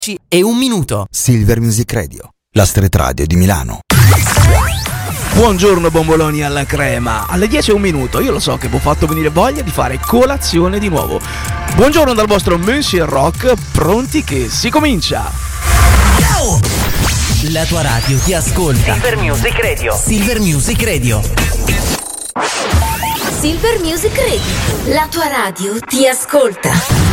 e un minuto. Silver Music Radio, la street radio di Milano. Buongiorno bomboloni alla crema. Alle 10 e un minuto. Io lo so che vi ho fatto venire voglia di fare colazione di nuovo. Buongiorno dal vostro Monsieur Rock. Pronti che si comincia. La tua radio ti ascolta. Silver Music Radio. Silver Music Radio. Silver Music Radio. La tua radio ti ascolta.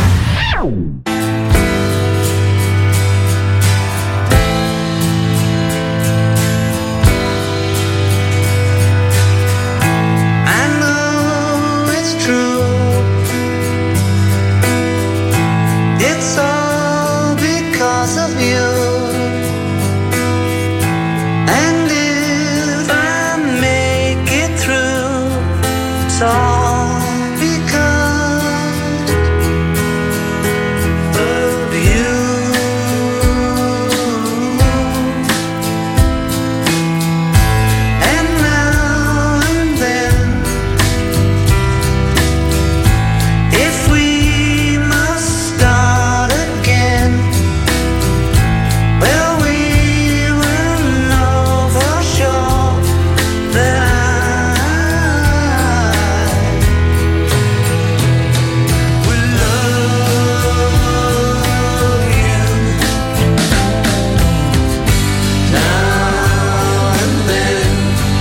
It's all because of you. And if I make it through, it's all because of you. And now and then, if we must start again, well, we will know for sure that I will love you. Now and then,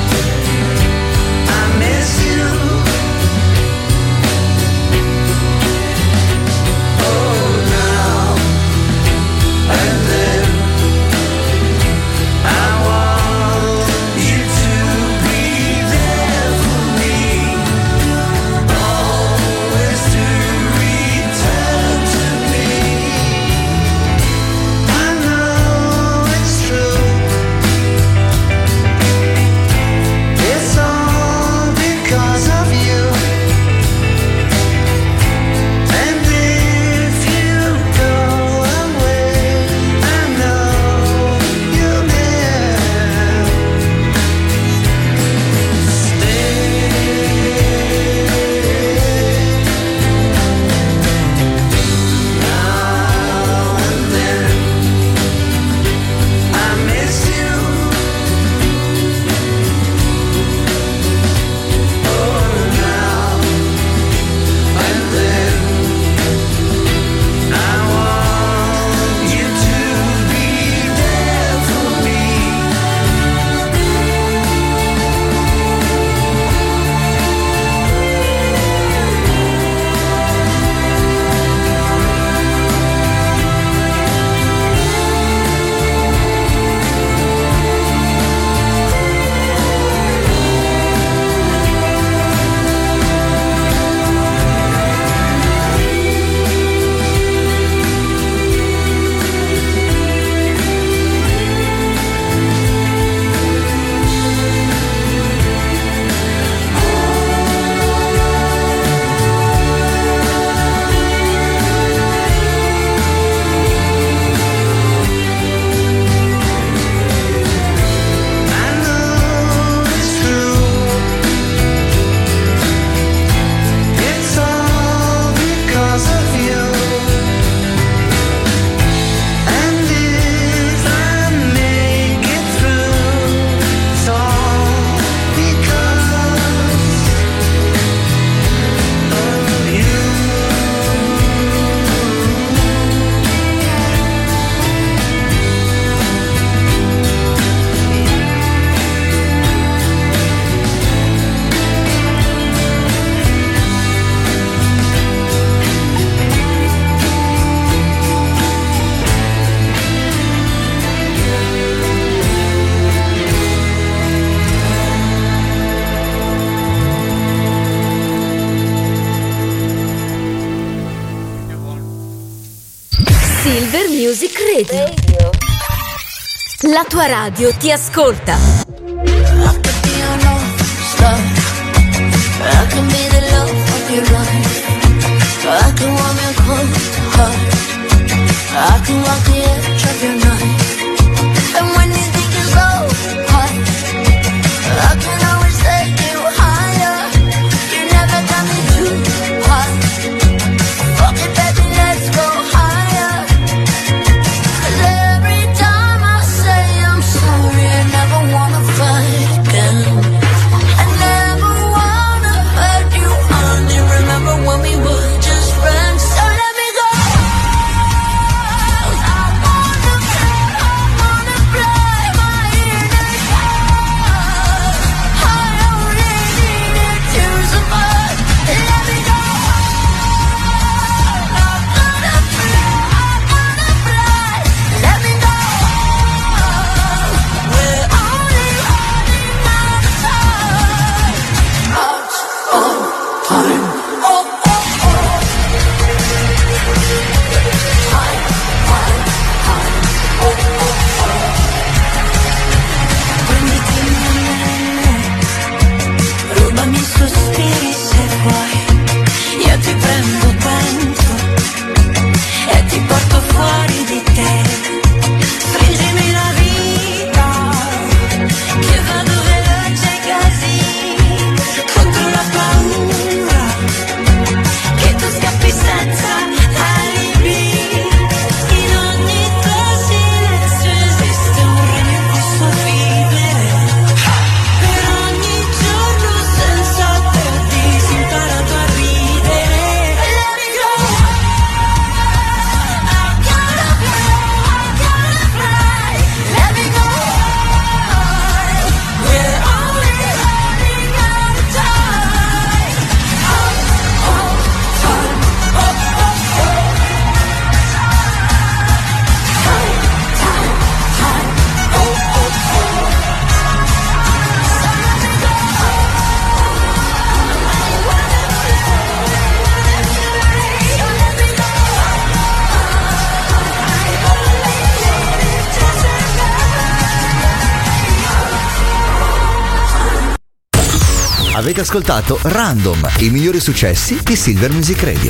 I miss you. Oh, now and then, I want you to be there for me, always to return to me. I know it's true. It's all because of you. And if you go away, I know you'll never stay. Now and then, I miss you. Oh, now and then, I want you to be there for me. I know it's true. It's all because of you. And if I make it through, it's all because of you. Silver Music Radio. La tua radio ti ascolta. I can be the love of your life. I can warm your cold heart. I can walk the edge of your night. And when you think it's low high, I can always take you higher. You never got me too high. Fuck it, baby, let's go higher. Avete ascoltato Random, i migliori successi di Silver Music Radio.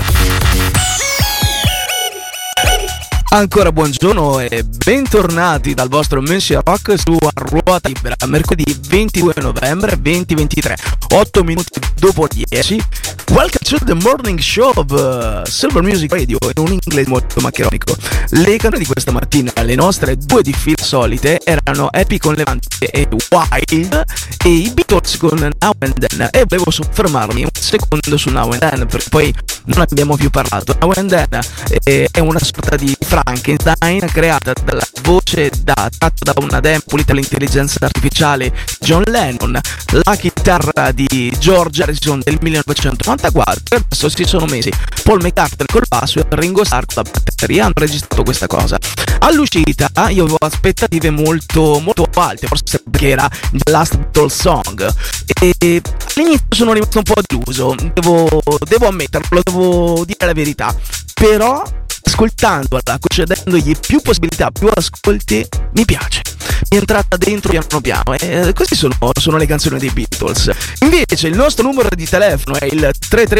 Ancora buongiorno e bentornati dal vostro Monsieur Rock su A Ruota Libera, mercoledì 22 novembre 2023, 8 minuti dopo 10. Welcome to the morning show of Silver Music Radio, in un inglese molto maccheronico. Le canzoni di questa mattina, le nostre due di fila solite, erano Happy con Levante e Wild, e i Beatles con Now and Then. E volevo soffermarmi un secondo su Now and Then, perché poi non abbiamo più parlato. Now and Then è una sorta di Frankenstein creata dalla voce tratta da una demo pulita all'intelligenza artificiale John Lennon, la chitarra di George Harrison del 1994, e adesso si sono messi Paul McCartney col basso e Ringo Starr con la batteria, hanno registrato questa cosa. All'uscita io avevo aspettative molto molto alte, forse perché era The Last Beatles Song, e all'inizio sono rimasto un po' deluso, devo ammetterlo, devo dire la verità, però ascoltandola, concedendogli più possibilità, più ascolti, mi piace, mi è entrata dentro piano piano, e così sono le canzoni dei Beatles. Invece il nostro numero di telefono è il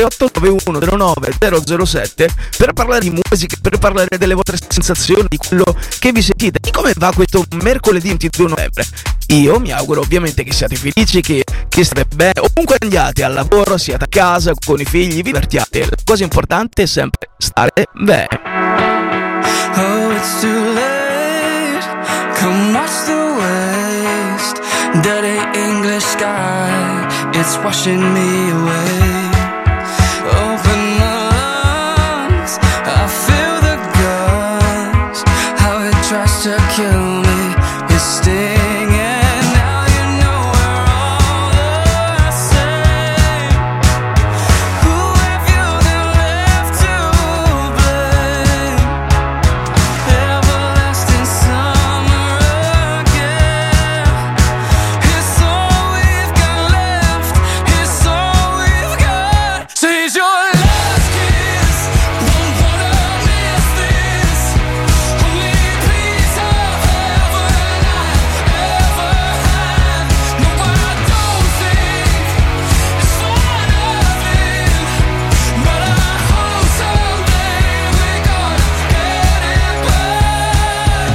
338-9109-007 per parlare di musica, per parlare delle vostre sensazioni, di quello che vi sentite, di come va questo mercoledì 22 novembre. Io mi auguro ovviamente che siate felici, che state bene, ovunque andiate, al lavoro, siate a casa, con i figli, vi divertiate. La cosa importante è sempre stare bene. Oh, it's too late. Come watch the waste. Dirty English sky, it's washing me away. Open my lungs, I feel the guns. How it tries to kill me is stinging. Now you know we're all the same. Who have you then left to blame? Everlasting summer again. It's all we've got left. It's all we've got. Seize your last kiss. Won't wanna miss this. Only piece of heaven I ever had. No, I don't think it's for nothing, but I hope someday we're gonna get it back.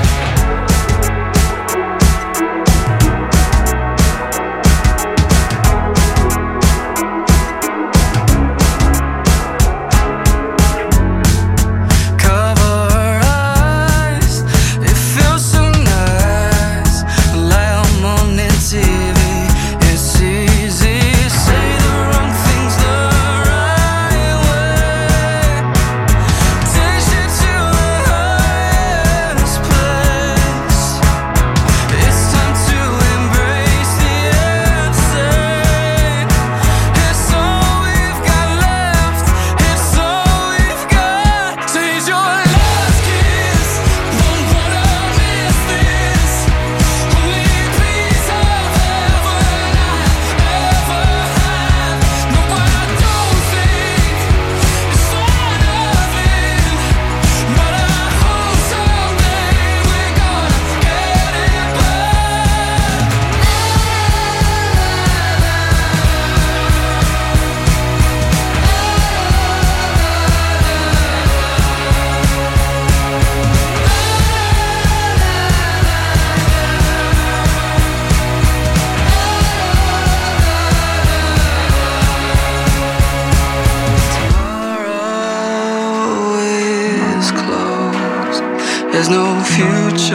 Cover her eyes, it feels so nice. Lie on morning TV, it's easy. Say the wrong things the right way. Takes you to the highest place. It's time to embrace the insane. It's all we've got left. It's all we've got. Seize your last kiss. Won't wanna miss this. Only piece of heaven I ever had. No, I don't think it's for nothing, but I hope someday we're gonna get it back. Tomorrow is closed. There's no future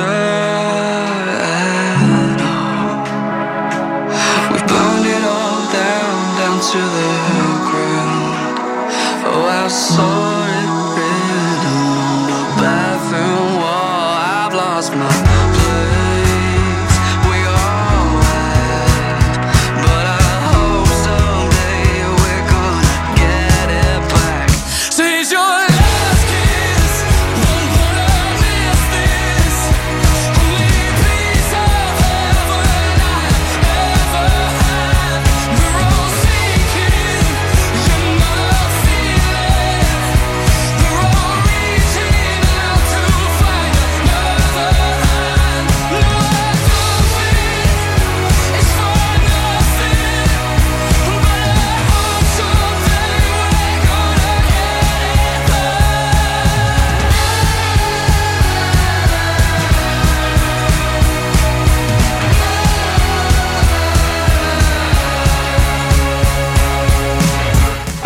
at all. We've burned it all down to the ground. Oh, I saw it written on the bathroom wall. I've lost my place. We all have, but I hope someday we're gonna get it back. Seize your last kiss. Won't wanna miss this. Only piece of heaven I ever had. We're all sinking. You're not feeling. We're all reaching out to find another hand.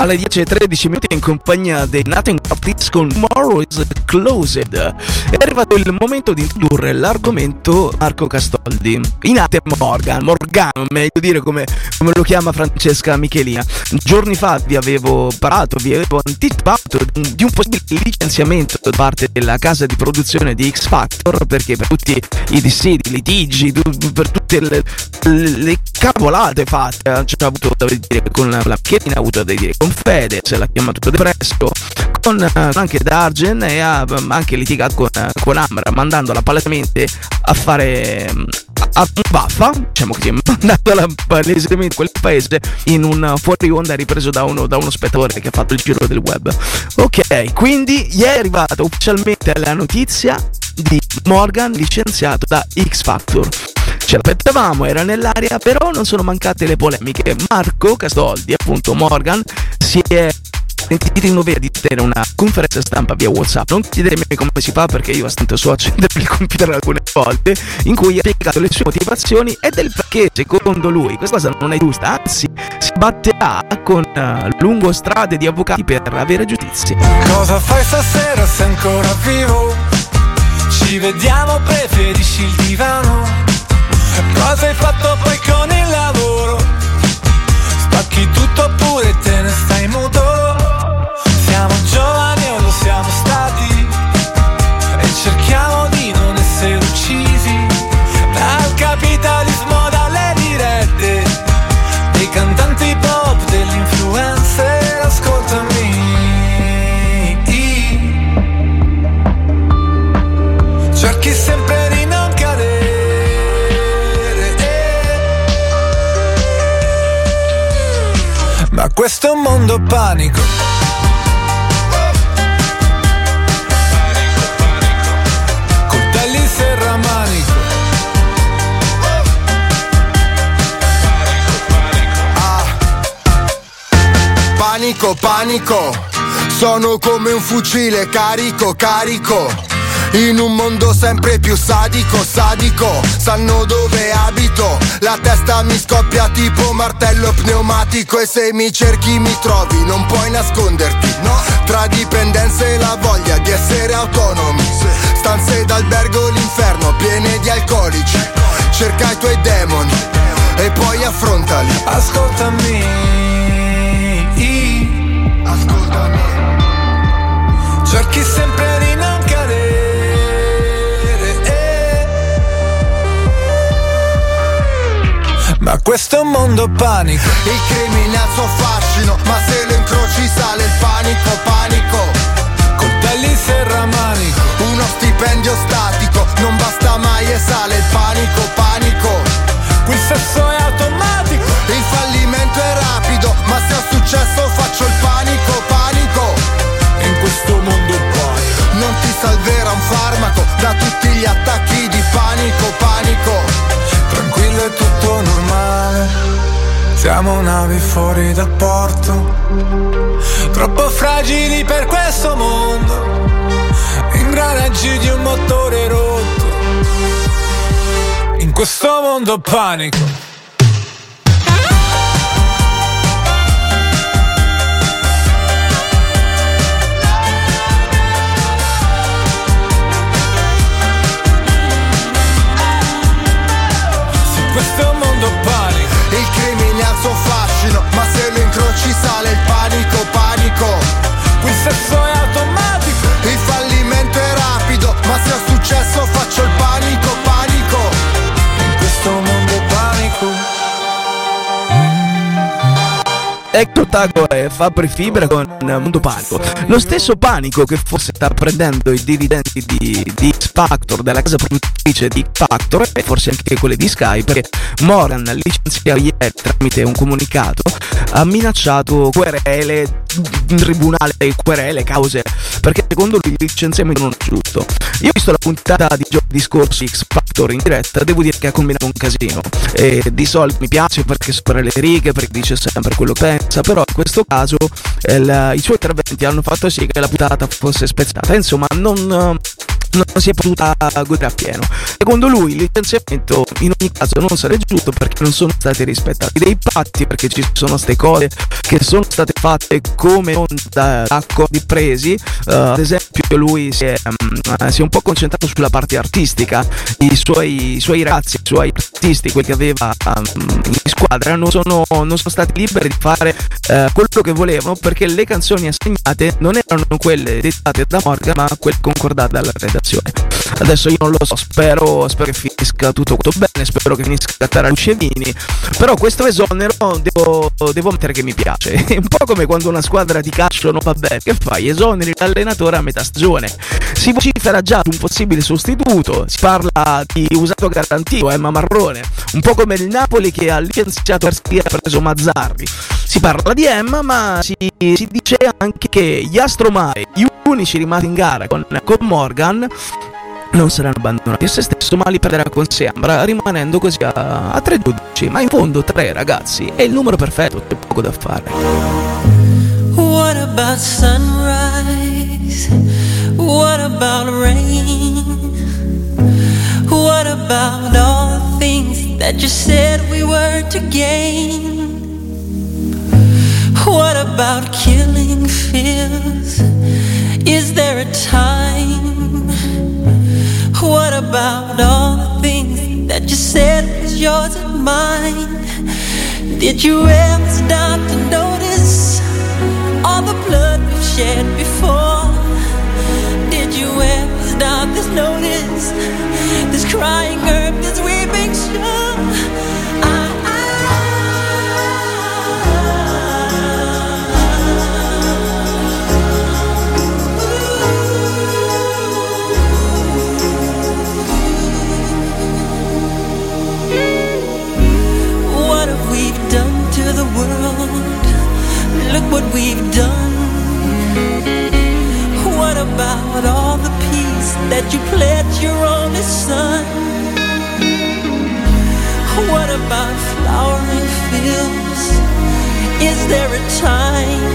alle 10:13 in compagnia dei Nothing But Thieves con Tomorrow is Closed. È arrivato il momento di introdurre l'argomento Marco Castoldi. In arte Morgano, meglio dire come lo chiama Francesca Michelina. Giorni fa vi avevo anticipato di un possibile licenziamento da parte della casa di produzione di X Factor, perché per tutti i dissidi, i litigi, per tutte le cavolate fatte, c'è avuto da dire con la Michelina, ha avuto da dire con Fedez, l'ha chiamato depresso, con anche Dargen, e ha anche litigato con Amra, mandandola palesemente a fare a baffa, diciamo così, mandandola palesemente quel paese in un fuori onda ripreso da uno spettatore che ha fatto il giro del web. Ok, quindi è arrivata ufficialmente la notizia di Morgan licenziato da X Factor. Ce l'aspettavamo, era nell'aria, però non sono mancate le polemiche. Marco Castoldi, appunto Morgan, si è sentito in dovere di tenere una conferenza stampa via WhatsApp. Non chiedetemi come si fa, perché io a stento so accendere il computer alcune volte, in cui ha spiegato le sue motivazioni e del perché secondo lui questa cosa non è giusta, anzi si batterà con lungo strade di avvocati per avere giustizia. Cosa fai stasera, sei ancora vivo? Ci vediamo, preferisci il divano? Cosa hai fatto poi con il lavoro? Spacchi tutto oppure te ne stai muto? Siamo giovani o lo siamo stati, e cerchiamo di non essere uccisi dal capitalismo, dalle dirette, dei cantanti pop, dell'influencer. Ascoltami, cerchi sempre di non cadere, ma questo è un mondo panico. Coltelli serramanico. Panico, panico, sono come un fucile carico, carico. In un mondo sempre più sadico, sadico. Sanno dove abito, la testa mi scoppia tipo martello pneumatico. E se mi cerchi mi trovi, non puoi nasconderti, no. Tra dipendenze e la voglia di essere autonomi, stanze d'albergo, l'inferno piene di alcolici. Cerca i tuoi demoni e poi affrontali. Ascoltami, ascoltami. Cerchi sempre di non cadere, ma questo è un mondo panico. Il crimine ha il suo fascino, ma se lo incroci sale il panico, panico. Coltelli serramanico. Uno stipendio statico, non basta mai e sale il panico, panico. Qui il sesso è automatico. Il fallimento è rapido, ma se ho successo faccio il panico, panico. In questo mondo panico non ti salverà un farmaco da tutti gli attacchi di panico, panico. Tranquillo, è tutto normale. Siamo navi fuori dal porto, troppo fragili per questo mondo, ingranaggi di un motore rotto. In questo mondo panico. Questo è un mondo panico. Il crimine ha il suo fascino, ma se lo incroci sale il panico, panico. Qui il sesso è automatico. Il fallimento è rapido, ma se ho successo faccio il panico, panico. In questo mondo panico. Ecco Tago e Fabri Fibra con Mondo Panico. Lo stesso panico che forse sta prendendo i dirigenti di X Factor, della casa produttrice di X Factor, e forse anche quelle di Sky, perché Morgan, licenziato ieri tramite un comunicato, ha minacciato querele in tribunale, querele, cause, perché secondo lui il licenziamento non è giusto. Io ho visto la puntata di giovedì scorso X Factor in diretta, devo dire che ha combinato un casino, e di solito mi piace perché sopra le righe, perché dice sempre quello che pensa, però in questo caso i suoi interventi hanno fatto sì che la puntata fosse spezzata. Insomma, non non si è potuta godere appieno. Secondo lui il licenziamento in ogni caso non sarà giusto perché non sono stati rispettati dei patti, perché ci sono state cose che sono state fatte come non da accordi presi. Ad esempio lui si è un po' concentrato sulla parte artistica. I suoi ragazzi, i suoi artisti, quelli che aveva in squadra, non sono stati liberi di fare quello che volevano, perché le canzoni assegnate non erano quelle dettate da Morgan ma quelle concordate dalla redazione. Adesso io non lo so, spero che finisca tutto bene, spero che finisca a Taraluce Vini, però questo esonero devo ammettere che mi piace. È un po' come quando una squadra di calcio non va bene, che fai? Esoneri l'allenatore a metà stagione. Si vocifera già su un possibile sostituto, si parla di usato garantito, Emma Marrone, un po' come il Napoli che ha licenziato Garcia e ha preso Mazzarri. Si parla di Emma, ma si dice anche che gli Astromare, gli unici rimasti in gara con Morgan, non saranno abbandonati a se stesso, ma li perderà con Sembra, rimanendo così a 3 giudici. Ma in fondo 3, ragazzi, è il numero perfetto, c'è poco da fare. What about sunrise? What about rain? What about all the things that you said we were to gain? What about killing fears? Is there a time? What about all the things that you said was yours and mine? Did you ever stop to notice all the blood we've shed before? Did you ever stop to notice this crying earth, this weeping shore? The world, look what we've done. What about all the peace that you pledged your only son? What about flowering fields? Is there a time?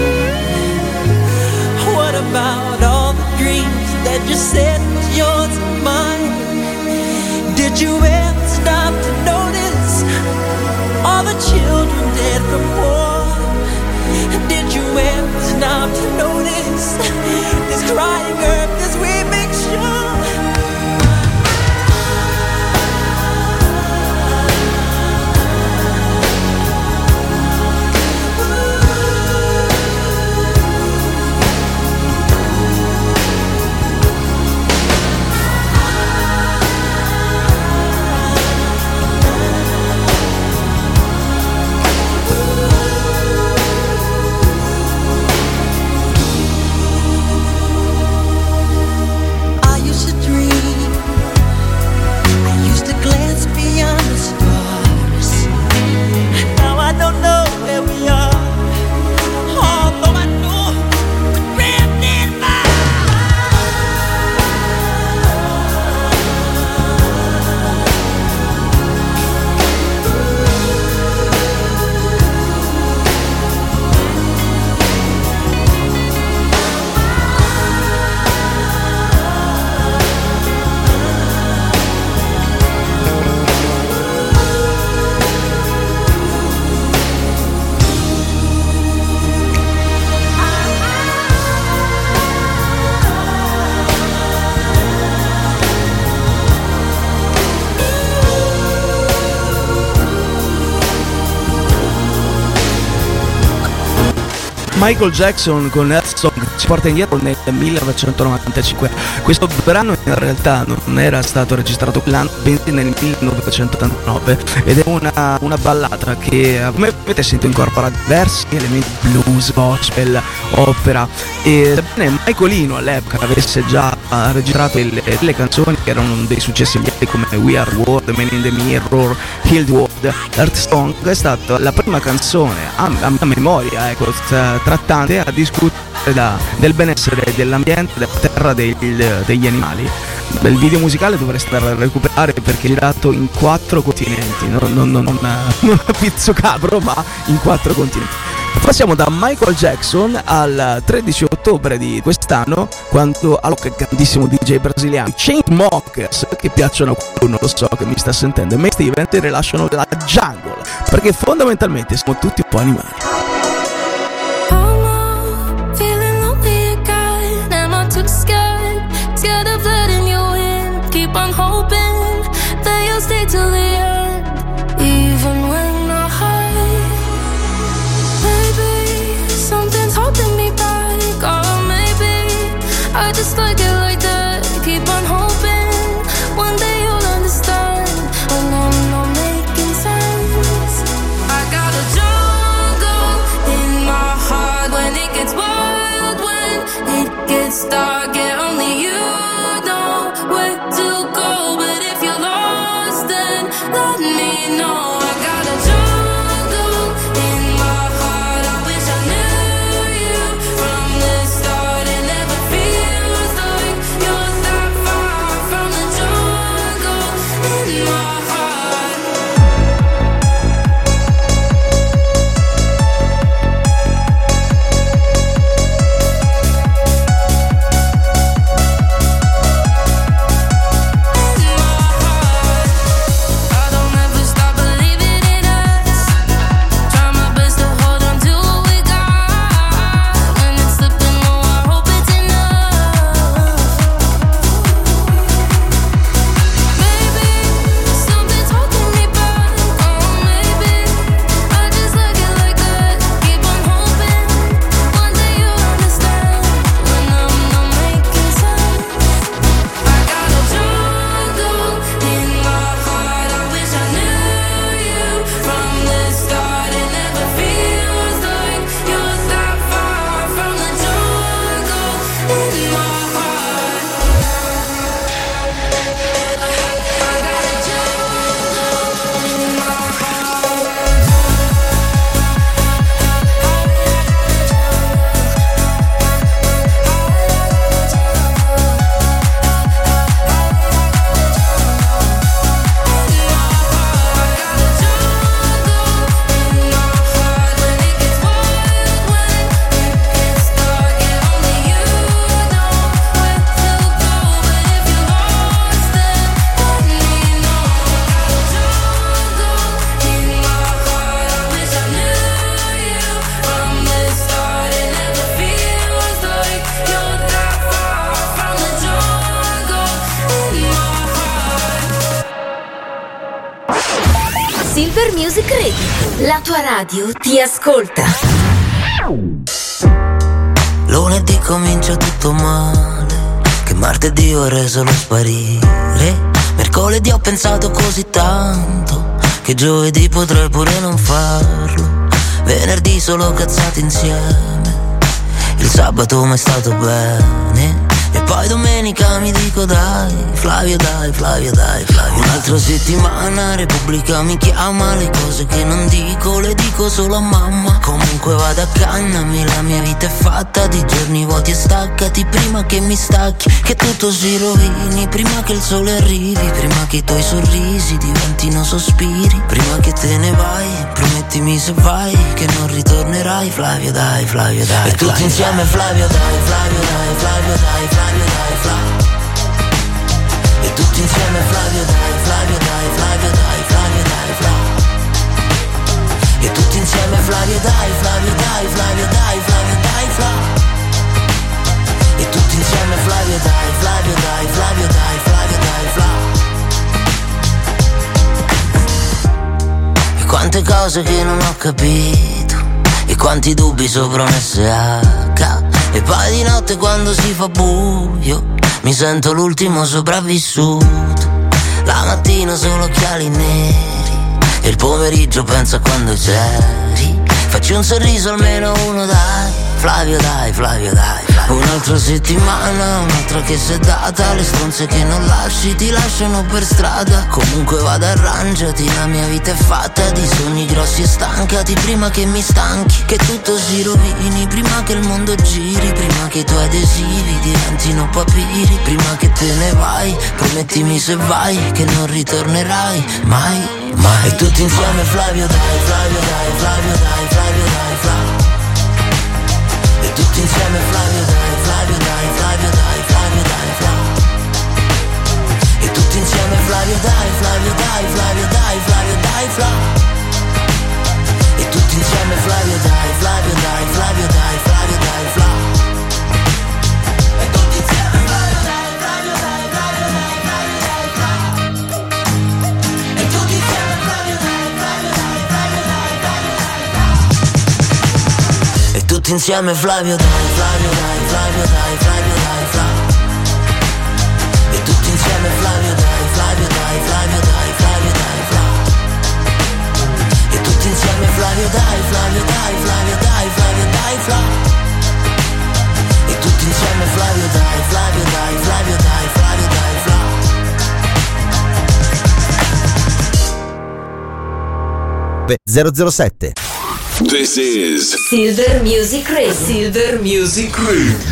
What about all the dreams that you said was yours and mine? Did you ever stop to notice all the children dead from war? Did you ever stop to notice this crying earth, this weeping shore? Michael Jackson con Earth Song ci porta indietro nel 1995. Questo brano in realtà non era stato registrato quell'anno, bensì nel 1989, ed è una ballata che, come avete sentito, incorpora diversi elementi blues, gospel, opera. E sebbene Michaelino all'epoca avesse già registrato le canzoni che erano dei successi immediati come We Are World, Man in the Mirror, Heal the World, Earth Song è stata la prima canzone a memoria, ecco, trattante a discutere del benessere dell'ambiente, della terra, degli animali. Il video musicale dovreste andare a recuperare perché è girato in 4 continenti, non a pizzo capro, ma in 4 continenti. Passiamo da Michael Jackson al 13 ottobre di quest'anno, quando al grandissimo DJ brasiliano Chainsmokers, che piacciono a qualcuno, lo so che mi sta sentendo, e me Steven ti rilasciano la Jungle, perché fondamentalmente siamo tutti un po' animali. Stay till the end, even when I hide. Maybe something's holding me back, or maybe I just like it like that. Keep on hoping one day you'll understand when I'm not making sense. I got a jungle in my heart when it gets wild, when it gets dark, and only you know where to go. But if you're lost, then let me know. I got a jungle in my heart. I wish I knew you from the start. It never feels like you're that far from the jungle in my heart. Silver Music Radio, la tua radio ti ascolta. Lunedì comincia tutto male, che martedì vorrei solo sparire. Mercoledì ho pensato così tanto, che giovedì potrei pure non farlo. Venerdì solo cazzati insieme, il sabato m'è stato bene. E poi domenica mi dico dai, Flavio dai, Flavio dai, Flavio. Un'altra settimana, Repubblica mi chiama, le cose che non dico le dico solo a mamma. Comunque vado a cannami, la mia vita è fatta di giorni vuoti e staccati prima che mi stacchi, che tutto si rovini, prima che il sole arrivi, prima che i tuoi sorrisi diventino sospiri, prima che te ne vai, promettimi se vai che non ritornerai, Flavio dai, Flavio dai. E tutti insieme Flavio dai, Flavio dai, Flavio dai, Flavio dai, Flavio. E tutti insieme Flavio dai, Flavio dai, Flavio dai, Flavio dai, Flavio. E tutti insieme Flavio dai, Flavio dai, Flavio dai, Flavio dai, Flavio. E tutti insieme Flavio dai, Flavio dai, Flavio dai, Flavio dai, Flavio. E quante cose che non ho capito, e quanti dubbi sopra un SH. E poi di notte quando si fa buio mi sento l'ultimo sopravvissuto. La mattina solo occhiali neri e il pomeriggio penso a quando c'eri. Facci un sorriso almeno uno dai, Flavio dai, Flavio dai, Flavio. Un'altra settimana, un'altra che si è data, le stronze che non lasci ti lasciano per strada. Comunque vado, arrangiati, la mia vita è fatta di sogni grossi e stancati prima che mi stanchi, che tutto si rovini, prima che il mondo giri, prima che i tuoi adesivi diventino papiri, prima che te ne vai, promettimi se vai che non ritornerai mai, mai. E tutti insieme Flavio dai, Flavio dai, Flavio dai, Flavio dai, Flavio. tutti insieme Flavio dai, Flavio dai, Flavio dai, Flavio dai, Flavio. E tutti insieme Flavio dai, Flavio dai, Flavio dai, Flavio dai, Flavio. E tutti insieme Flavio dai, Flavio dai, Flavio dai, Flavio dai, Flavio. E tutti insieme Flavio dai, Flavio dai, Flavio dai, Flavio dai, Flavio. E tutti insieme Flavio dai, Flavio dai, Flavio dai, Flavio dai, Flavio. E tutti insieme Flavio dai, Flavio dai, Flavio dai, Flavio dai, Flavio. E tutti insieme Flavio dai, Flavio dai, Flavio dai, Flavio dai, Flavio. E tutti insieme Flavio dai, Flavio dai, Flavio dai, Flavio dai, Flavio. E tutti insieme Flavio dai, Flavio dai, Flavio dai, Flavio dai, Flavio. Beh, 007. This is Silver Music Radio. Silver Music Radio.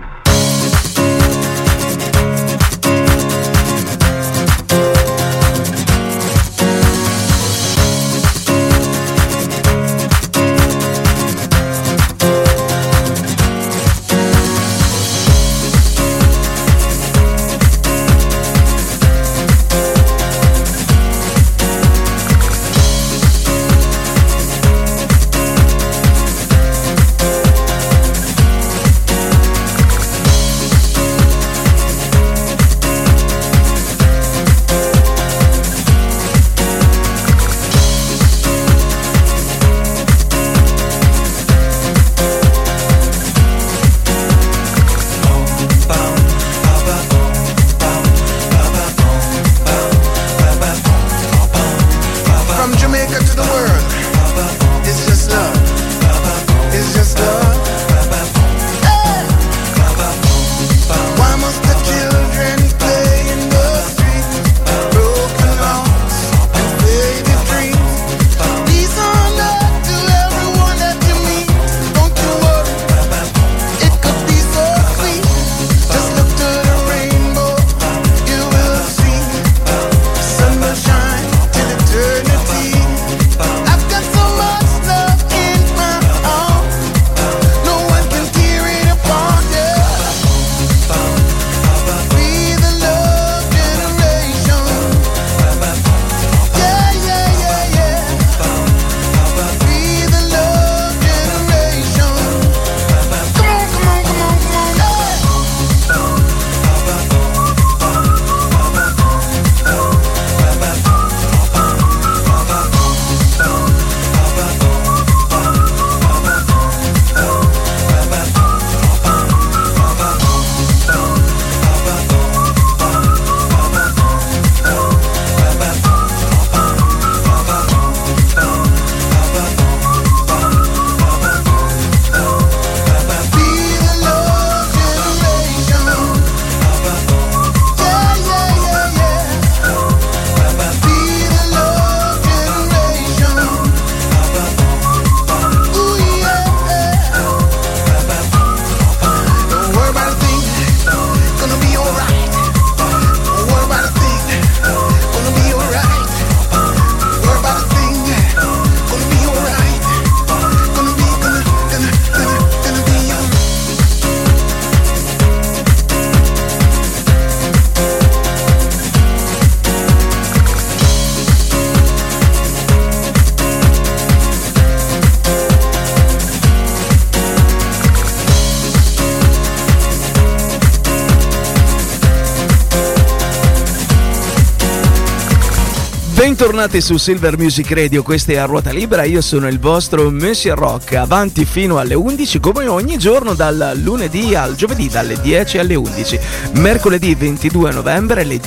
Bentornati su Silver Music Radio, questa è A Ruota Libera, io sono il vostro Monsieur Rock, avanti fino alle 11 come ogni giorno dal lunedì al giovedì dalle 10 alle 11, mercoledì 22 novembre alle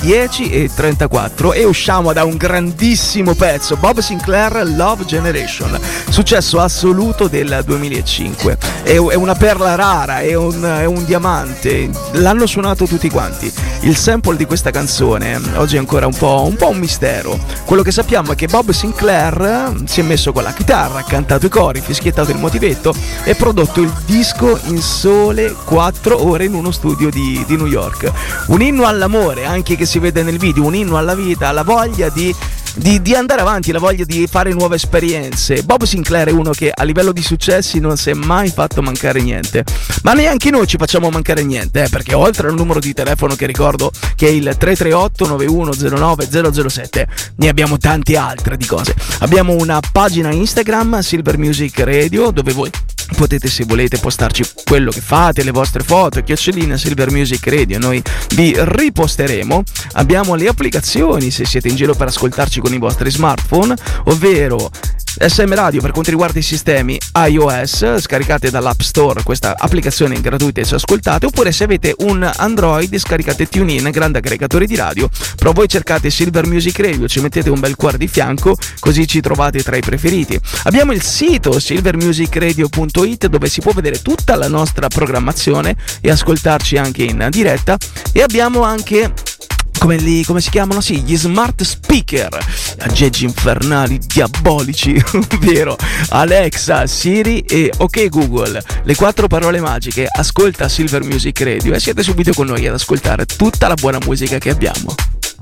10:34 e usciamo da un grandissimo pezzo, Bob Sinclair, Love Generation, successo assoluto del 2005, è una perla rara, è un diamante, l'hanno suonato tutti quanti. Il sample di questa canzone oggi è ancora un po' un mistero. Quello che sappiamo è che Bob Sinclair si è messo con la chitarra, ha cantato i cori, fischiettato il motivetto e prodotto il disco in sole 4 ore in uno studio di New York. Un inno all'amore, anche che si vede nel video, un inno alla vita, alla voglia di di andare avanti, la voglia di fare nuove esperienze. Bob Sinclair è uno che a livello di successi non si è mai fatto mancare niente, ma neanche noi ci facciamo mancare niente, perché oltre al numero di telefono che ricordo che è il 338 9109 007, ne abbiamo tante altre di cose. Abbiamo una pagina Instagram, Silver Music Radio, dove voi potete, se volete, postarci quello che fate, le vostre foto, @ Silver Music Radio, noi vi riposteremo. Abbiamo le applicazioni se siete in giro per ascoltarci con i vostri smartphone, ovvero SM Radio per quanto riguarda i sistemi iOS, scaricate dall'App Store questa applicazione gratuita e ci ascoltate, oppure se avete un Android scaricate TuneIn, grande aggregatore di radio, però voi cercate Silver Music Radio, ci mettete un bel cuore di fianco, così ci trovate tra i preferiti. Abbiamo il sito silvermusicradio.it dove si può vedere tutta la nostra programmazione e ascoltarci anche in diretta, e abbiamo anche come si chiamano? Sì, gli smart speaker, aggeggi infernali, diabolici, ovvero Alexa, Siri e OK Google, le 4 parole magiche. Ascolta Silver Music Radio e siete subito con noi ad ascoltare tutta la buona musica che abbiamo.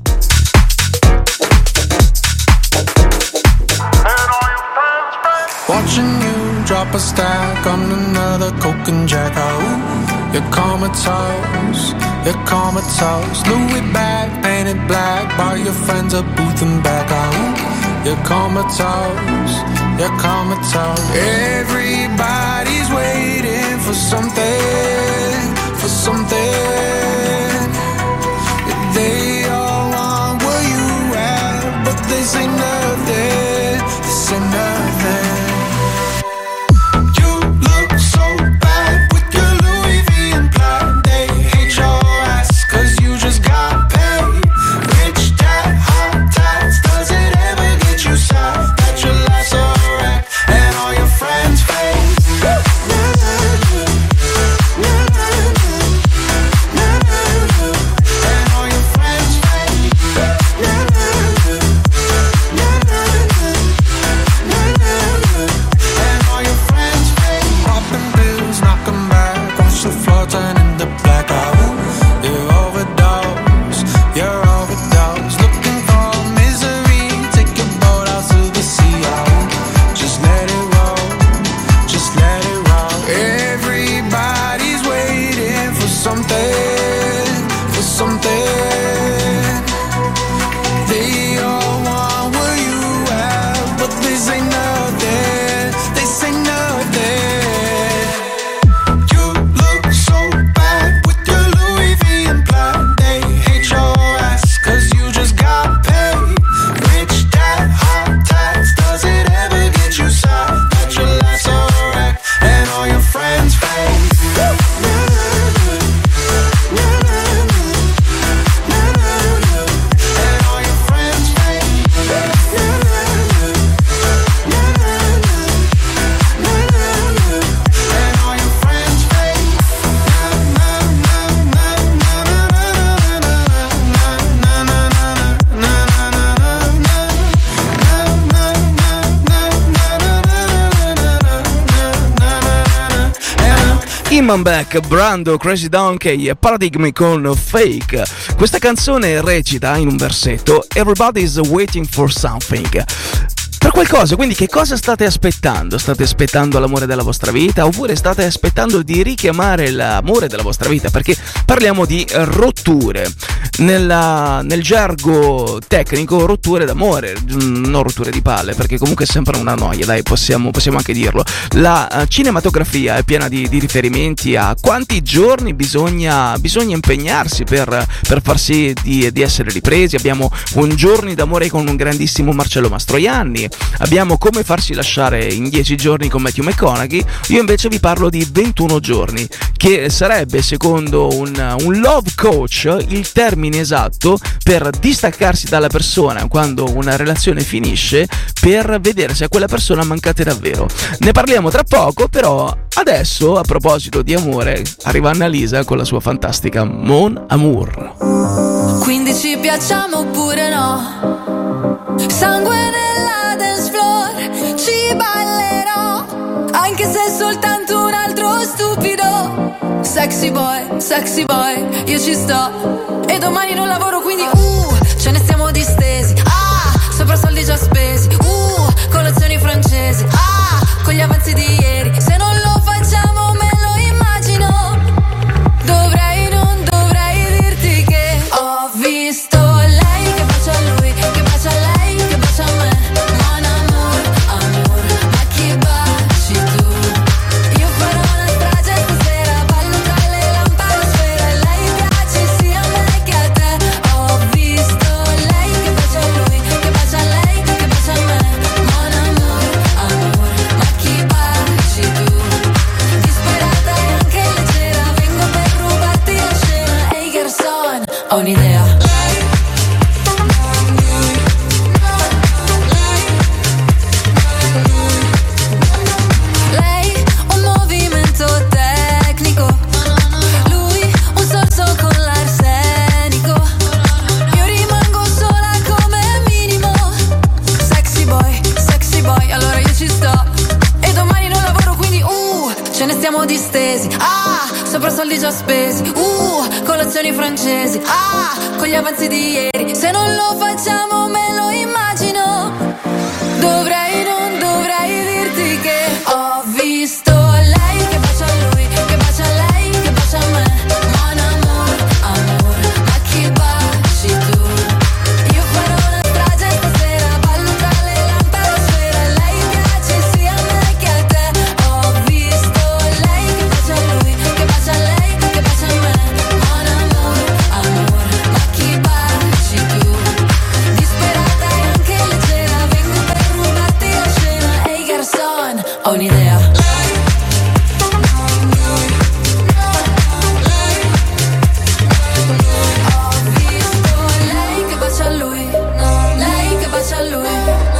Watching you drop a stack on another coke and jack. Ooh, you're comatose, you're comatose. Louis bag, painted black, by your friends a booth and back. Ooh, you're comatose, you're comatose. Everybody's waiting for something, for something. They all want what you have, but they say nothing, they say nothing. Back, Brando, Crazy Donkey e Paradigmi con Fake. Questa canzone recita in un versetto: Everybody's waiting for something. Per qualcosa, quindi che cosa state aspettando? State aspettando l'amore della vostra vita, oppure state aspettando di richiamare l'amore della vostra vita? Perché parliamo di rotture. Nel gergo tecnico, rotture d'amore, non rotture di palle, perché comunque è sempre una noia, dai, possiamo anche dirlo. La cinematografia è piena di riferimenti a quanti giorni bisogna impegnarsi per far sì di essere ripresi. Abbiamo Un giorni d'amore con un grandissimo Marcello Mastroianni, abbiamo Come farsi lasciare in 10 giorni con Matthew McConaughey. Io invece vi parlo di 21 giorni, che sarebbe, secondo un love coach, il termine esatto per distaccarsi dalla persona quando una relazione finisce, per vedere se a quella persona mancate davvero. Ne parliamo tra poco, però adesso, a proposito di amore, arriva Annalisa con la sua fantastica Mon Amour. Quindi ci piacciamo oppure no? Sangue nella dance floor, ci ballerò, anche se è soltanto un altro stupido. Sexy boy, io ci sto. E domani non lavoro, quindi ce ne stiamo distesi. Sopra stiamo distesi, sopra soldi già spesi, colazioni francesi, con gli avanzi di ieri. Se non lo facciamo me lo immagino. Non dovrei dirti che ho visto lei che bacia a lui, che bacia a lei, che bacia a me. Mon amour, amor, ma chi baci tu? Io farò una strage stasera, ballo tra le lampade a sfera. Lei piace sia a me che a te. Ho visto lei che bacia a lui, che bacia a lei, che bacia a me. Mon amour, amor, ma chi baci tu? Disperata e anche leggera, vengo per rubarti la scena. Ehi garçon, ho un'idea. Lei che bacia a lui, lei che bacia a lui,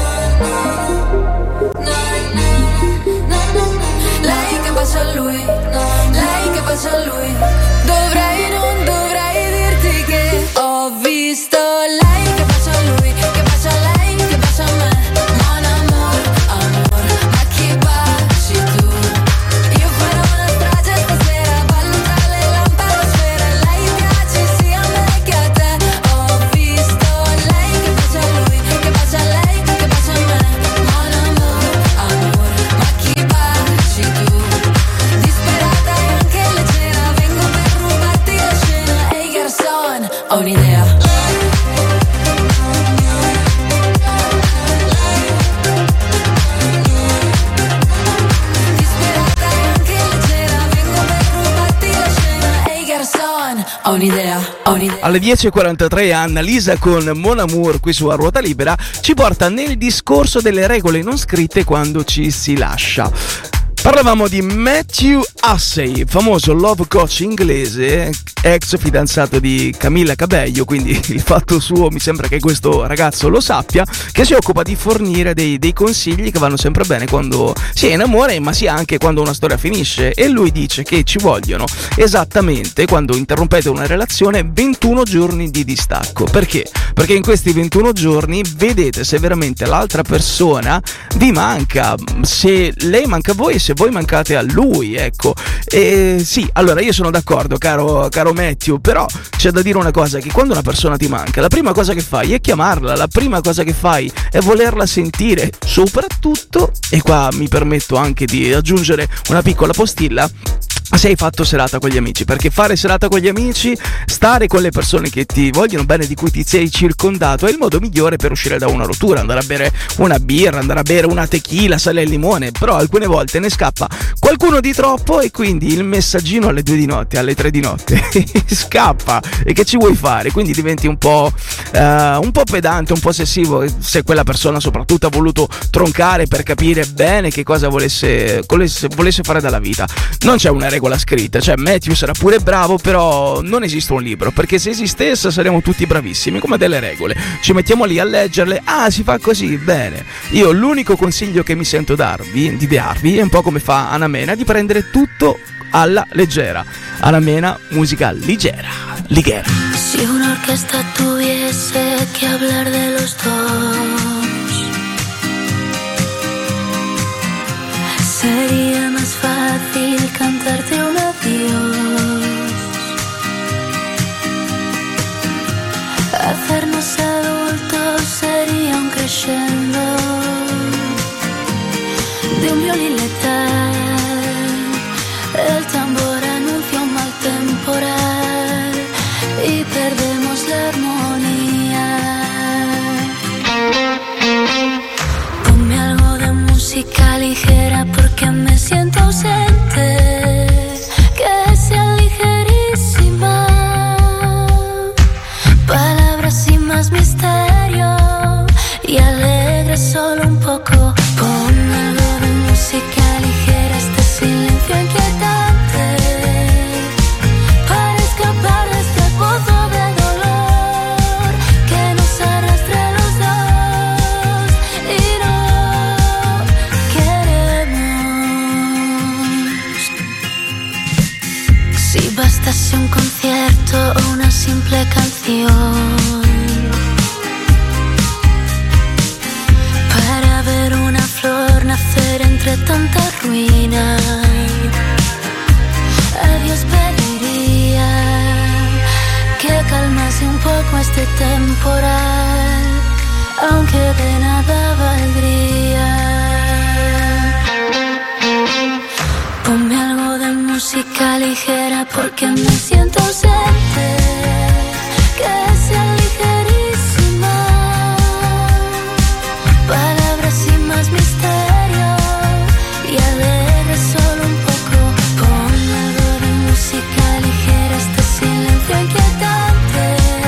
lei che bacia a lui, lei che bacia a lui. Non dovrei dirti che ho visto lei che bacia a lui, che bacia a lei, che bacia a me. Mon amour, amor, ma chi baci tu? Io farò una strage stasera, ballo tra le lampade a sfera. Lei piace sia a me che a te. Ho visto lei che bacia a lui, che bacia a lei, che bacia a me. Mon amour, amor, ma chi baci tu? Disperata e anche leggera, vengo per rubarti la scena. Ehi garçon, ho un'idea. Disperata e anche leggera, vengo per rubarti la scena. Ehi garçon, ho un'idea, ho un'idea. Alle 10.43 Annalisa con Mon Amour qui su A Ruota Libera ci porta nel discorso delle regole non scritte quando ci si lascia. Parlavamo di Matthew Hussey, famoso love coach inglese, ex fidanzato di Camilla Cabello, quindi il fatto suo mi sembra che questo ragazzo lo sappia, che si occupa di fornire dei consigli che vanno sempre bene quando si è in amore, ma sia anche quando una storia finisce. E lui dice che ci vogliono esattamente, quando interrompete una relazione, 21 giorni di distacco. Perché? Perché in questi 21 giorni vedete se veramente l'altra persona vi manca, se lei manca a voi e se voi mancate a lui, ecco. E sì, allora io sono d'accordo, caro Matthew, però c'è da dire una cosa, che quando una persona ti manca, la prima cosa che fai è chiamarla, la prima cosa che fai è volerla sentire, soprattutto, e qua mi permetto anche di aggiungere una piccola postilla, se hai fatto serata con gli amici, perché fare serata con gli amici, stare con le persone che ti vogliono bene, di cui ti sei circondato, è il modo migliore per uscire da una rottura. Andare a bere una birra, andare a bere una tequila, sale al limone, però alcune volte ne scappa qualcuno di troppo e quindi il messaggino alle 2 di notte, alle 3 di notte scappa, e che ci vuoi fare? Quindi diventi un po' pedante, un po' ossessivo, se quella persona soprattutto ha voluto troncare per capire bene che cosa volesse fare dalla vita. Non c'è una regola scritta, cioè Matthew sarà pure bravo, però non esiste un libro, perché se esistesse saremmo tutti bravissimi, come delle regole, ci mettiamo lì a leggerle, si fa così, bene. Io l'unico consiglio che mi sento di darvi è un po' come fa Ana Mena, di prendere tutto alla leggera. Ana Mena, musica ligera. Si una orquesta tuviese que hablar de los dos, sería más fácil cantarte un adiós, hacernos adultos sería un crescendo de un violín letal. El tambor anuncia un mal temporal y perdemos la armonía. Ponme algo de música ligera porque me siento ausente, que sea ligerísima, palabras sin más misterio y alegre solo un poco. Ponme algo de música ligera, este silencio inquietante, para escapar de este pozo de dolor que nos arrastre a los dos y no queremos. Si bastase un concierto o una simple canción para ver una flor nacer entre tanta ruina, este temporal, aunque de nada valdría. Ponme algo de música ligera porque me siento ausente, que sea ligerísima, palabras sin más misterio y alegre solo un poco. Ponme algo de música ligera, este silencio inquietante,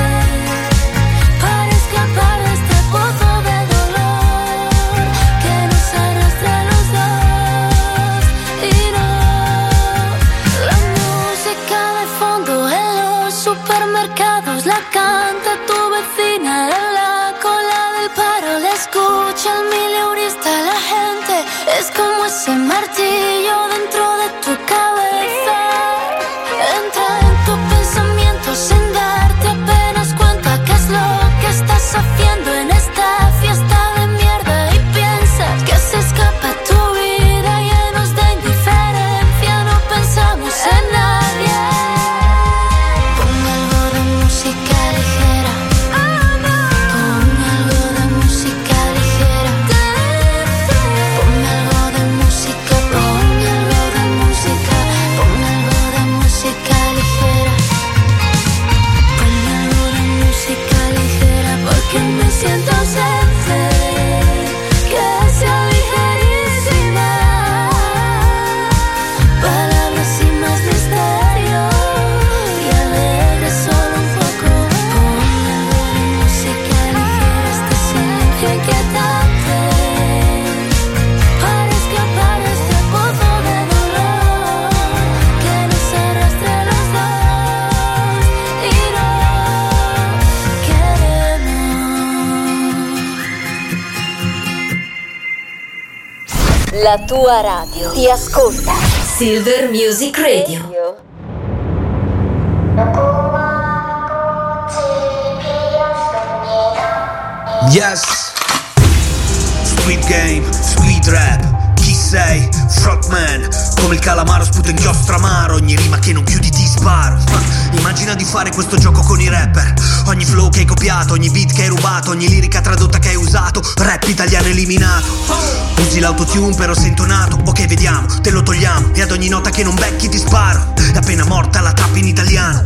para escapar de este pozo de dolor que nos arrastra a los dos. Y no, la música de fondo en los supermercados la canta tu vecina en la cola del paro, la escucha el mileurista, la gente es como ese martillo dentro de tu cabeza. Entra en tu pensamiento sin darte apenas cuenta qué es lo que estás haciendo en esta fiesta de mierda, y piensas que se escapa tu vida llenos de indiferencia, no pensamos en nadie. Ponme algo de música ligera, ponme algo de música ligera, ponme algo de música, ponme algo de música, ponme algo de música ligera, ponme algo de música ligera porque me siento ausente, que sea ligerísima, palabras sin más misterio y alegre solo un poco. Ponme algo de música ligera, este silencio inquietante, para escapar de este pozo de dolor que nos arrastra a los dos y no queremos. La tua radio ti ascolta. Silver Music Radio. Yes. Squid Game, Squid Rap. Chi sei? Frogman. Come il calamaro sputo inchiostro amaro. Ogni rima che non chiudi ti sparo. Immagina di fare questo gioco con i rapper. Ogni flow che hai copiato, ogni beat che hai rubato, ogni lirica tradotta che hai usato, rap italiano eliminato. Usi l'autotune però sei intonato. Ok, vediamo, te lo togliamo. E ad ogni nota che non becchi ti sparo. È appena morta la trap in italiano.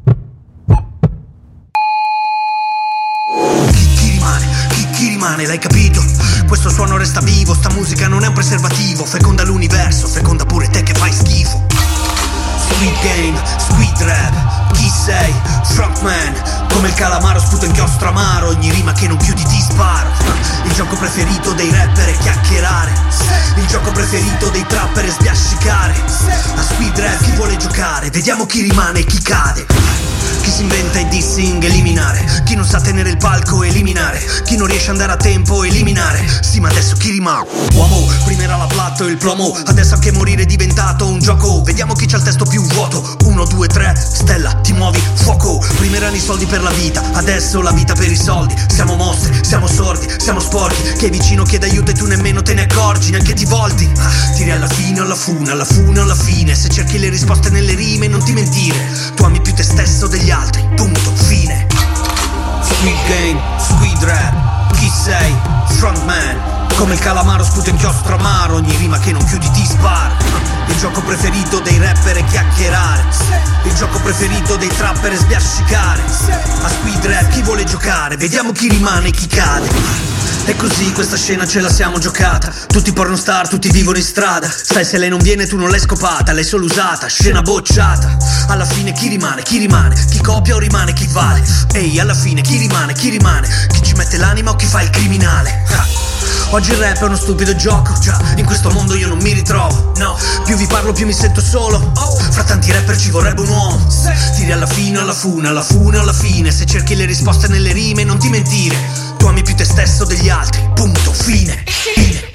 Chi rimane, l'hai capito? Questo suono resta vivo, sta musica non è un preservativo. Feconda l'universo, feconda pure te che fai schifo. Squid Game, Squid Rap. Chi sei? Frontman. Come il calamaro sputo inchiostro amaro. Ogni rima che non chiudi ti sparo. Il gioco preferito dei rapper è chiacchierare. Il gioco preferito dei trapper è sbiascicare. A Squid Rap chi vuole giocare? Vediamo chi rimane e chi cade. Chi si inventa i dissing, eliminare. Chi non sa tenere il palco, eliminare. Chi non riesce ad andare a tempo, eliminare. Sì, ma adesso chi rimane? Uomo, prima era la platto e il plomo, adesso anche morire è diventato un gioco. Vediamo chi c'ha il testo più vuoto. 1, 2, 3, stella, ti muovi, fuoco. Prima erano i soldi per la vita, adesso la vita per i soldi. Siamo mostri, siamo sordi, siamo sporchi. Che vicino chiede aiuto e tu nemmeno te ne accorgi, neanche ti volti. Tiri alla fine o alla fune, alla fune o alla fine. Se cerchi le risposte nelle rime non ti mentire. Tu ami più te stesso degli altri, punto, fine. Squid Game, Squid Rap. Chi sei? Frontman. Come il calamaro sputo inchiostro amaro. Ogni rima che non chiudi ti spara. Il gioco preferito dei rapper è chiacchierare. Il gioco preferito dei trapper è sbiascicare. A Squid Rap chi vuole giocare? Vediamo chi rimane e chi cade. E così questa scena ce la siamo giocata. Tutti pornostar, tutti vivono in strada. Sai, se lei non viene tu non l'hai scopata, l'hai solo usata, scena bocciata. Alla fine chi rimane? Chi rimane? Chi copia o rimane chi vale? Ehi, alla fine chi rimane? Chi rimane? Chi ci mette l'anima o chi fa il criminale? Oggi il rap è uno stupido gioco. Già, in questo mondo io non mi ritrovo. No, più vi parlo più mi sento solo. Fra tanti rapper ci vorrebbe un uomo. Tiri alla fine, alla fune, alla fune, alla fine. Se cerchi le risposte nelle rime non ti mentire. Tu ami più te stesso degli altri, punto, fine.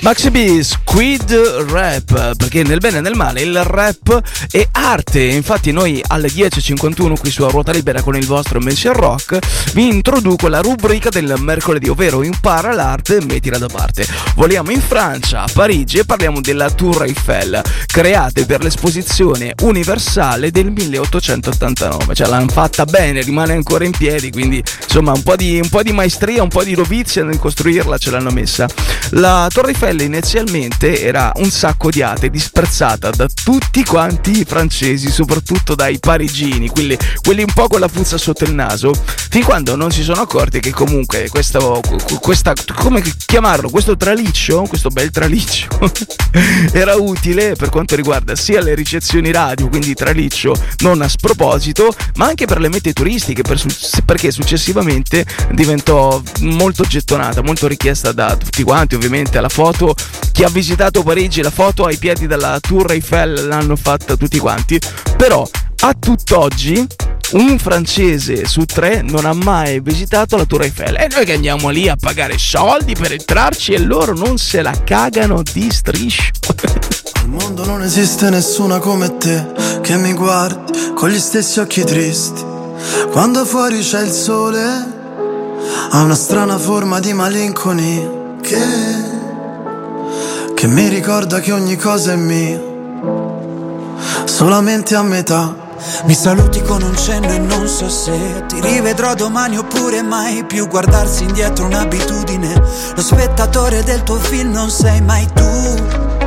Maxi B, Squid Rap, perché nel bene e nel male il rap è arte. Infatti noi alle 10.51 qui su A Ruota Libera con il vostro Mention Rock vi introduco la rubrica del mercoledì, ovvero impara l'arte e mettila da parte. Voliamo in Francia, a Parigi, e parliamo della Tour Eiffel, creata per l'esposizione universale del 1889. Cioè l'hanno fatta bene, rimane ancora in piedi, quindi insomma un po' di maestria, un po' di dovizia nel costruirla ce l'hanno messa. La Torre Eiffel inizialmente era un sacco di ate, disprezzata da tutti quanti i francesi, soprattutto dai parigini, quelli un po' con la puzza sotto il naso, fin quando non si sono accorti che comunque questa come chiamarlo, questo traliccio, questo bel traliccio era utile per quanto riguarda sia le ricezioni radio, quindi traliccio non a sproposito, ma anche per le mete turistiche, perché successivamente diventò molto gettonata, molto richiesta da tutti quanti. Ovviamente la foto, chi ha visitato Parigi, la foto ai piedi della Tour Eiffel l'hanno fatta tutti quanti, però a tutt'oggi un francese su 3 non ha mai visitato la Tour Eiffel, e noi che andiamo lì a pagare soldi per entrarci e loro non se la cagano di striscio. Al mondo non esiste nessuna come te che mi guardi con gli stessi occhi tristi. Quando fuori c'è il sole ha una strana forma di malinconia che mi ricorda che ogni cosa è mia, solamente a metà. Mi saluti con un cenno e non so se ti rivedrò domani oppure mai più. Guardarsi indietro un'abitudine, lo spettatore del tuo film non sei mai tu.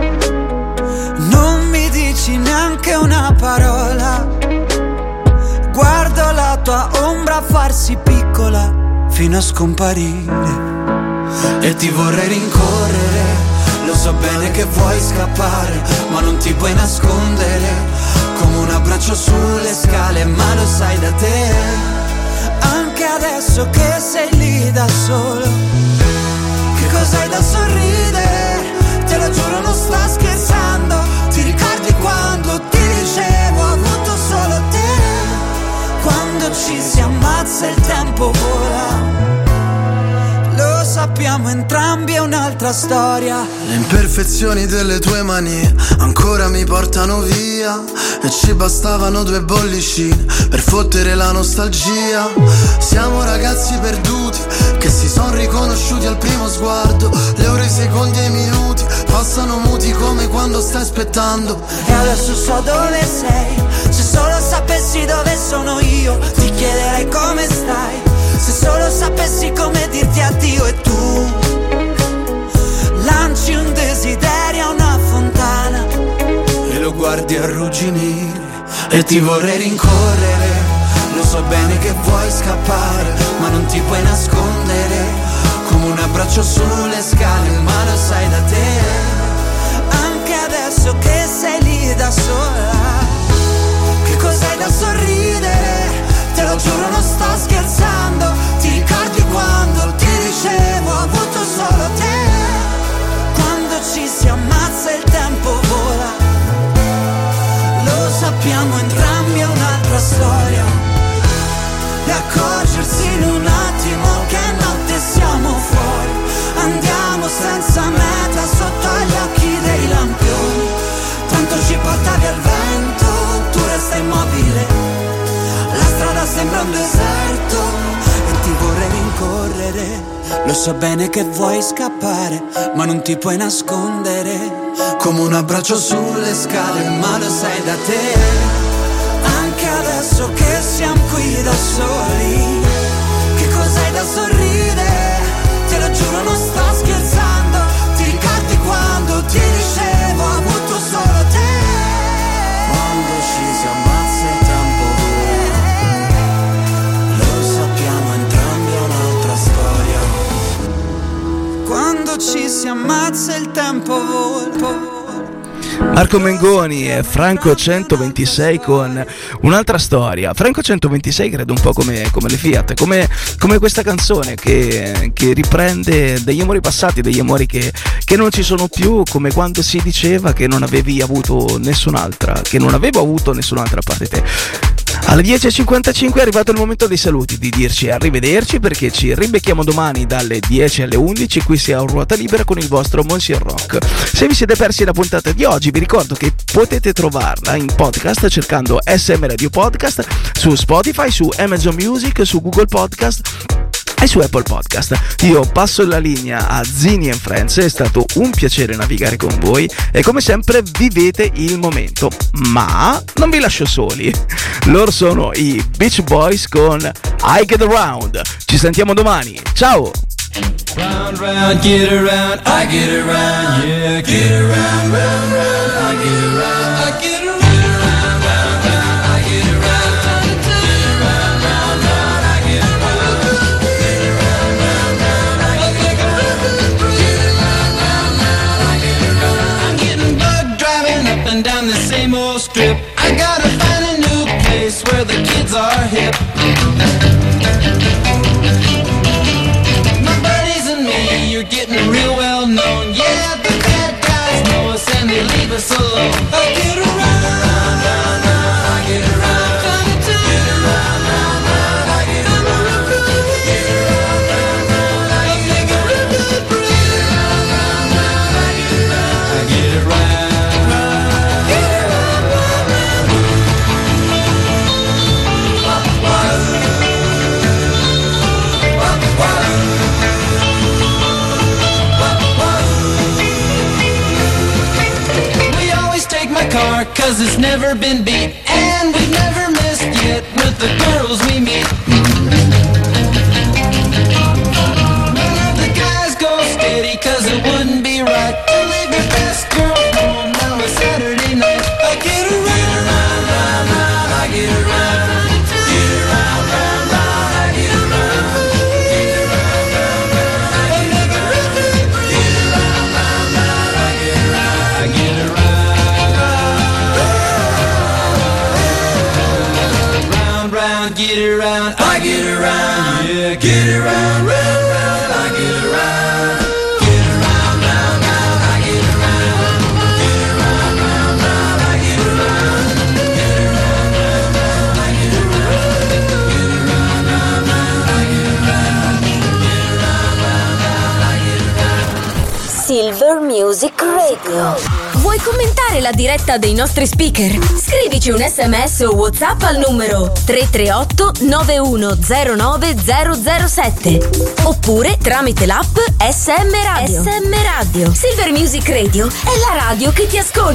Non mi dici neanche una parola, guardo la tua ombra farsi piccola fino a scomparire. E ti vorrei rincorrere, lo so bene che vuoi scappare, ma non ti puoi nascondere, come un abbraccio sulle scale, ma lo sai da te. Anche adesso che sei lì da solo, che cos'hai da sorridere? Te lo giuro non sto scherzando. Ti ricordi quando ti dicevo ho avuto solo te? Quando ci si ammazza il tempo vola, lo sappiamo entrambi, è un'altra storia. Le imperfezioni delle tue manie ancora mi portano via, e ci bastavano 2 bollicine per fottere la nostalgia. Siamo ragazzi perduti che si son riconosciuti al primo sguardo. Le ore, i secondi e i minuti passano muti come quando stai aspettando. E adesso so dove sei, se solo sapessi dove sono io ti chiederei come stai. Se solo sapessi come dirti addio e tu lanci un desiderio a una fontana e lo guardi arrugginire. E ti vorrei rincorrere, lo so bene che vuoi scappare, ma non ti puoi nascondere, come un abbraccio sulle scale, ma lo sai da te. Anche adesso che sei lì da sola, che cos'hai da sorridere? Te lo giuro non sto scherzando. Ti ricordi quando ti dicevo ho avuto solo te? Quando ci si ammazza il tempo vola, lo sappiamo entrambi, è un'altra storia. E accorgersi in un attimo che notte siamo fuori, andiamo senza meta sotto gli occhi dei lampioni. Tanto ci portavi al vento, tu resta immobile, la strada sembra un deserto e ti vorrei rincorrere. Lo so bene che vuoi scappare, ma non ti puoi nascondere, come un abbraccio sulle scale, ma lo sai da te. Anche adesso che siamo qui da soli, che cos'hai da sorridere? Te lo giuro non sto scherzando. Ti ricordi quando ti dicevo ho avuto solo te? Quando ci si ammazza il tempo vola, lo sappiamo entrambi, è un'altra storia. Quando ci si ammazza il tempo vola. Marco Mengoni e Franco 126 con un'altra storia. Franco 126 credo un po' come le Fiat, come questa canzone che riprende degli amori passati, degli amori che non ci sono più, come quando si diceva che non avevi avuto nessun'altra, che non avevo avuto nessun'altra a parte te. Alle 10.55 è arrivato il momento dei saluti, di dirci arrivederci, perché ci ribecchiamo domani dalle 10 alle 11 qui si è a Ruota Libera con il vostro Monsieur Rock. Se vi siete persi la puntata di oggi, vi ricordo che potete trovarla in podcast cercando SM Radio Podcast su Spotify, su Amazon Music, su Google Podcast e su Apple Podcast. Io passo la linea a Zini and Friends, è stato un piacere navigare con voi e come sempre vivete il momento, ma non vi lascio soli. Loro sono i Beach Boys con I Get Around. Ci sentiamo domani, ciao! Round, round, get around, I get around, yeah, get around, round, round, I get around, I get around. Down the same old strip, I gotta find a new place where the kids are hip. My buddies and me, you're getting real well known. Yeah, the bad guys know us and they leave us alone. I get around, round, round, round, I get around, get around, round, round, I get around, get around, round, round, I get around, get around, round, round, I get around, I get around. Car, 'cause it's never been beat, and we've never missed yet with the girls we meet. None of the guys go steady, 'cause it wouldn't be right to leave your best girl home on a Saturday night. I get around, round, round, round, I get around, get around, round, round, I get around, get around, round, round, I get around, get around, round, round, I get around, I get around. Get around, I get around, yeah, get around, round, round, I get around, get around, round, round, I get around, get around, round, round, I get around, get around, round, round, I get around, get around, round, round, I get around, get around, round, round, I get around. Silver Music Radio. Vuoi commentare la diretta dei nostri speaker? Scrivici un SMS o WhatsApp al numero 338 9109 007 oppure tramite l'app SM Radio. SM Radio. Silver Music Radio è la radio che ti ascolta.